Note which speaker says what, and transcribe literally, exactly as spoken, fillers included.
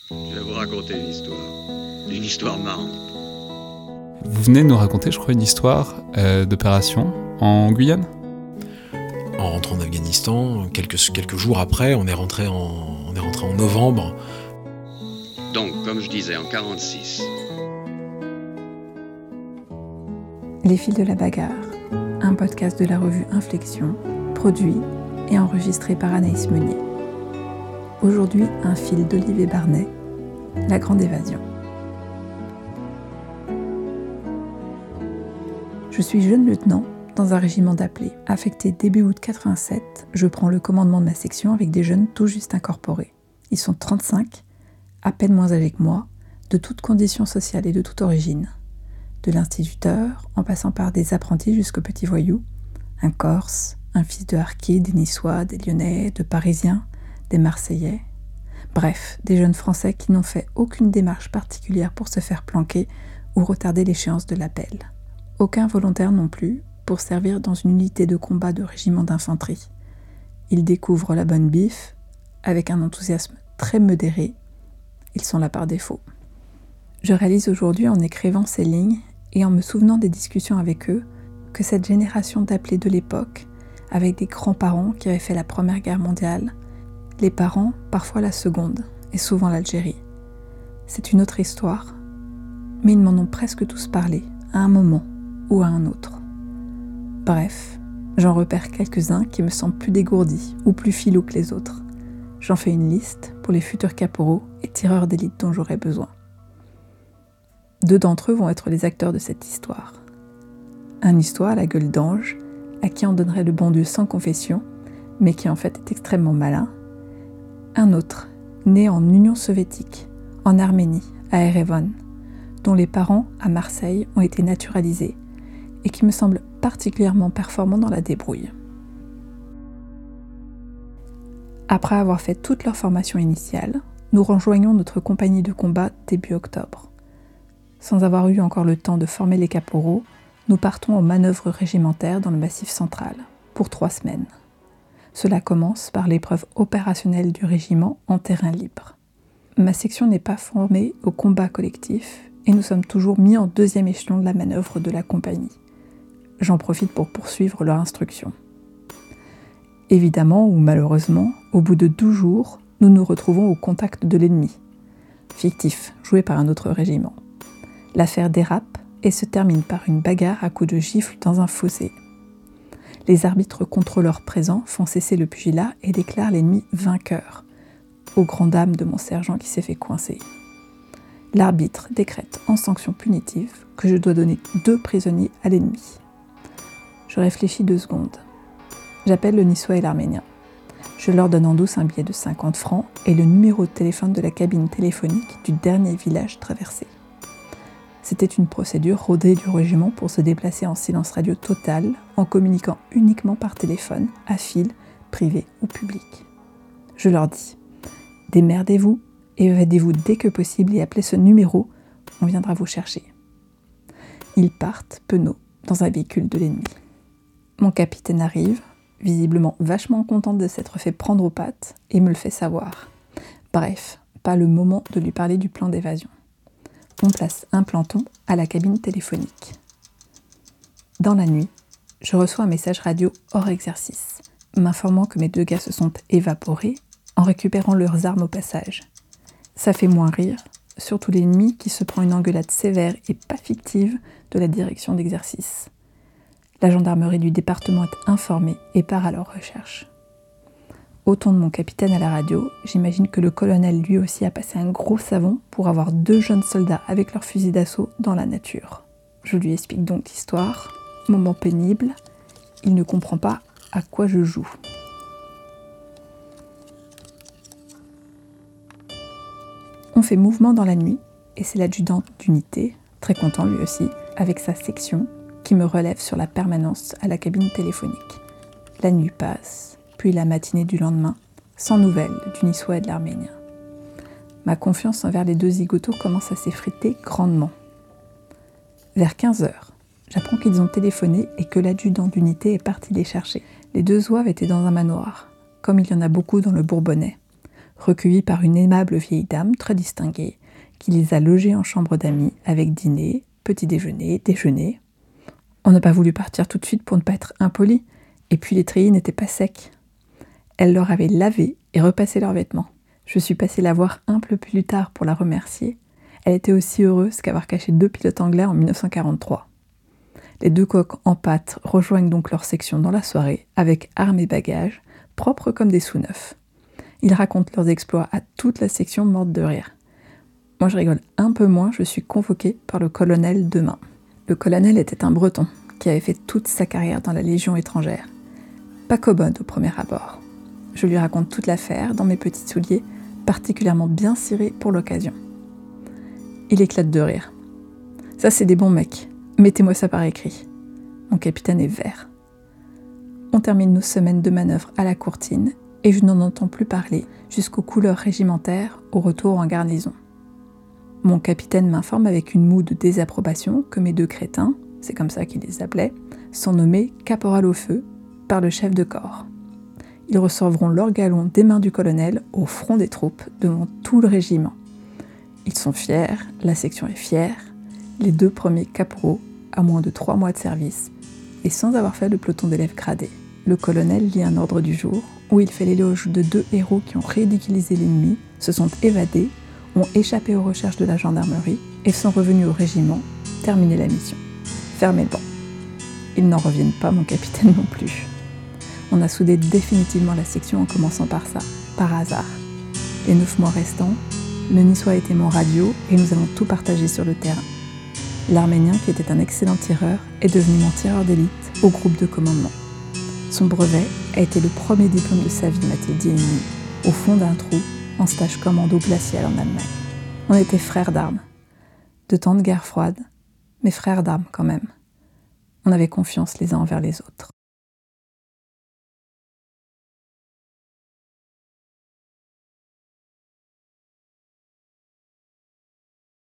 Speaker 1: Je vais vous raconter une histoire. Une histoire marrante.
Speaker 2: Vous venez de nous raconter, je crois, une histoire euh, d'opération en Guyane ?
Speaker 3: En rentrant d'Afghanistan, quelques, quelques jours après, on est rentré en, on est rentré en novembre.
Speaker 1: Donc, comme je disais, en quarante-six.
Speaker 4: Les fils de la bagarre, un podcast de la revue Inflexion, produit et enregistré par Anaïs Meunier. Aujourd'hui, un fil d'Olivier Barnet, La Grande Évasion. Je suis jeune lieutenant dans un régiment d'appelés. Affecté début août quatre-vingt-sept, je prends le commandement de ma section avec des jeunes tout juste incorporés. Ils sont trente-cinq, à peine moins âgés que moi, de toutes conditions sociales et de toute origine. De l'instituteur, en passant par des apprentis jusqu'aux petits voyous, un Corse, un fils de Harki, des Niçois, des Lyonnais, de Parisiens, des Marseillais. Bref, des jeunes Français qui n'ont fait aucune démarche particulière pour se faire planquer ou retarder l'échéance de l'appel. Aucun volontaire non plus pour servir dans une unité de combat de régiment d'infanterie. Ils découvrent la bonne bif avec un enthousiasme très modéré. Ils sont là par défaut. Je réalise aujourd'hui en écrivant ces lignes et en me souvenant des discussions avec eux que cette génération d'appelés de l'époque, avec des grands-parents qui avaient fait la Première Guerre mondiale, les parents parfois la Seconde et souvent l'Algérie. C'est une autre histoire, mais ils m'en ont presque tous parlé, à un moment ou à un autre. Bref, j'en repère quelques-uns qui me semblent plus dégourdis ou plus filous que les autres. J'en fais une liste pour les futurs caporaux et tireurs d'élite dont j'aurai besoin. Deux d'entre eux vont être les acteurs de cette histoire. Un histoire à la gueule d'ange, à qui on donnerait le bon Dieu sans confession, mais qui en fait est extrêmement malin. Un autre, né en Union soviétique, en Arménie, à Erevan, dont les parents, à Marseille, ont été naturalisés, et qui me semble particulièrement performant dans la débrouille. Après avoir fait toute leur formation initiale, nous rejoignons notre compagnie de combat début octobre. Sans avoir eu encore le temps de former les caporaux, nous partons aux manœuvres régimentaires dans le Massif central, pour trois semaines. Cela commence par l'épreuve opérationnelle du régiment en terrain libre. Ma section n'est pas formée au combat collectif et nous sommes toujours mis en deuxième échelon de la manœuvre de la compagnie. J'en profite pour poursuivre leur instruction. Évidemment ou malheureusement, au bout de douze jours, nous nous retrouvons au contact de l'ennemi. Fictif, joué par un autre régiment. L'affaire dérape et se termine par une bagarre à coups de gifles dans un fossé. Les arbitres contrôleurs présents font cesser le pugilat et déclarent l'ennemi vainqueur, aux grandes dames de mon sergent qui s'est fait coincer. L'arbitre décrète en sanction punitive que je dois donner deux prisonniers à l'ennemi. Je réfléchis deux secondes. J'appelle le Niçois et l'Arménien. Je leur donne en douce un billet de cinquante francs et le numéro de téléphone de la cabine téléphonique du dernier village traversé. C'était une procédure rodée du régiment pour se déplacer en silence radio total, en communiquant uniquement par téléphone, à fil, privé ou public. Je leur dis « Démerdez-vous et evadez-vous dès que possible et appelez ce numéro, on viendra vous chercher. » Ils partent, penauds, dans un véhicule de l'ennemi. Mon capitaine arrive, visiblement vachement contente de s'être fait prendre aux pattes, et me le fait savoir. Bref, pas le moment de lui parler du plan d'évasion. On place un planton à la cabine téléphonique. Dans la nuit, je reçois un message radio hors exercice, m'informant que mes deux gars se sont évaporés en récupérant leurs armes au passage. Ça fait moins rire, surtout l'ennemi qui se prend une engueulade sévère et pas fictive de la direction d'exercice. La gendarmerie du département est informée et part à leur recherche. Au ton de mon capitaine à la radio, j'imagine que le colonel lui aussi a passé un gros savon pour avoir deux jeunes soldats avec leur fusil d'assaut dans la nature. Je lui explique donc l'histoire, moment pénible, il ne comprend pas à quoi je joue. On fait mouvement dans la nuit et c'est l'adjudant d'unité, très content lui aussi, avec sa section, qui me relève sur la permanence à la cabine téléphonique. La nuit passe, puis la matinée du lendemain, sans nouvelles du Niçois et de l'Arménien. Ma confiance envers les deux zigotos commence à s'effriter grandement. Vers quinze heures, j'apprends qu'ils ont téléphoné et que l'adjudant d'unité est parti les chercher. Les deux zouaves étaient dans un manoir, comme il y en a beaucoup dans le Bourbonnais, recueillis par une aimable vieille dame très distinguée, qui les a logés en chambre d'amis avec dîner, petit déjeuner, déjeuner. On n'a pas voulu partir tout de suite pour ne pas être impoli, et puis les treillis n'étaient pas secs. Elle leur avait lavé et repassé leurs vêtements. Je suis passée la voir un peu plus tard pour la remercier. Elle était aussi heureuse qu'avoir caché deux pilotes anglais en dix-neuf cent quarante-trois. Les deux coqs en pâte rejoignent donc leur section dans la soirée, avec armes et bagages, propres comme des sous-neufs. Ils racontent leurs exploits à toute la section morte de rire. Moi je rigole un peu moins, je suis convoquée par le colonel demain. Le colonel était un Breton, qui avait fait toute sa carrière dans la Légion étrangère. Pas commode au premier abord. Je lui raconte toute l'affaire dans mes petits souliers, particulièrement bien cirés pour l'occasion. Il éclate de rire. Ça c'est des bons mecs, mettez-moi ça par écrit. Mon capitaine est vert. On termine nos semaines de manœuvre à la Courtine, et je n'en entends plus parler jusqu'aux couleurs régimentaires au retour en garnison. Mon capitaine m'informe avec une moue de désapprobation que mes deux crétins, c'est comme ça qu'il les appelait, sont nommés caporal au feu par le chef de corps. Ils recevront leur galon des mains du colonel au front des troupes devant tout le régiment. Ils sont fiers, la section est fière, les deux premiers caporaux à moins de trois mois de service et sans avoir fait le peloton d'élèves gradés. Le colonel lit un ordre du jour où il fait l'éloge de deux héros qui ont ridiculisé l'ennemi, se sont évadés, ont échappé aux recherches de la gendarmerie et sont revenus au régiment, terminer la mission. Fermez le banc. Ils n'en reviennent pas, mon capitaine non plus. On a soudé définitivement la section en commençant par ça, par hasard. Les neuf mois restants, le Niçois était mon radio et nous avons tout partagé sur le terrain. L'Arménien, qui était un excellent tireur, est devenu mon tireur d'élite au groupe de commandement. Son brevet a été le premier diplôme de sa vie, m'a-t-il dit une nuit, au fond d'un trou, en stage commando glacial en Allemagne. On était frères d'armes. De temps de guerre froide, mais frères d'armes quand même. On avait confiance les uns envers les autres.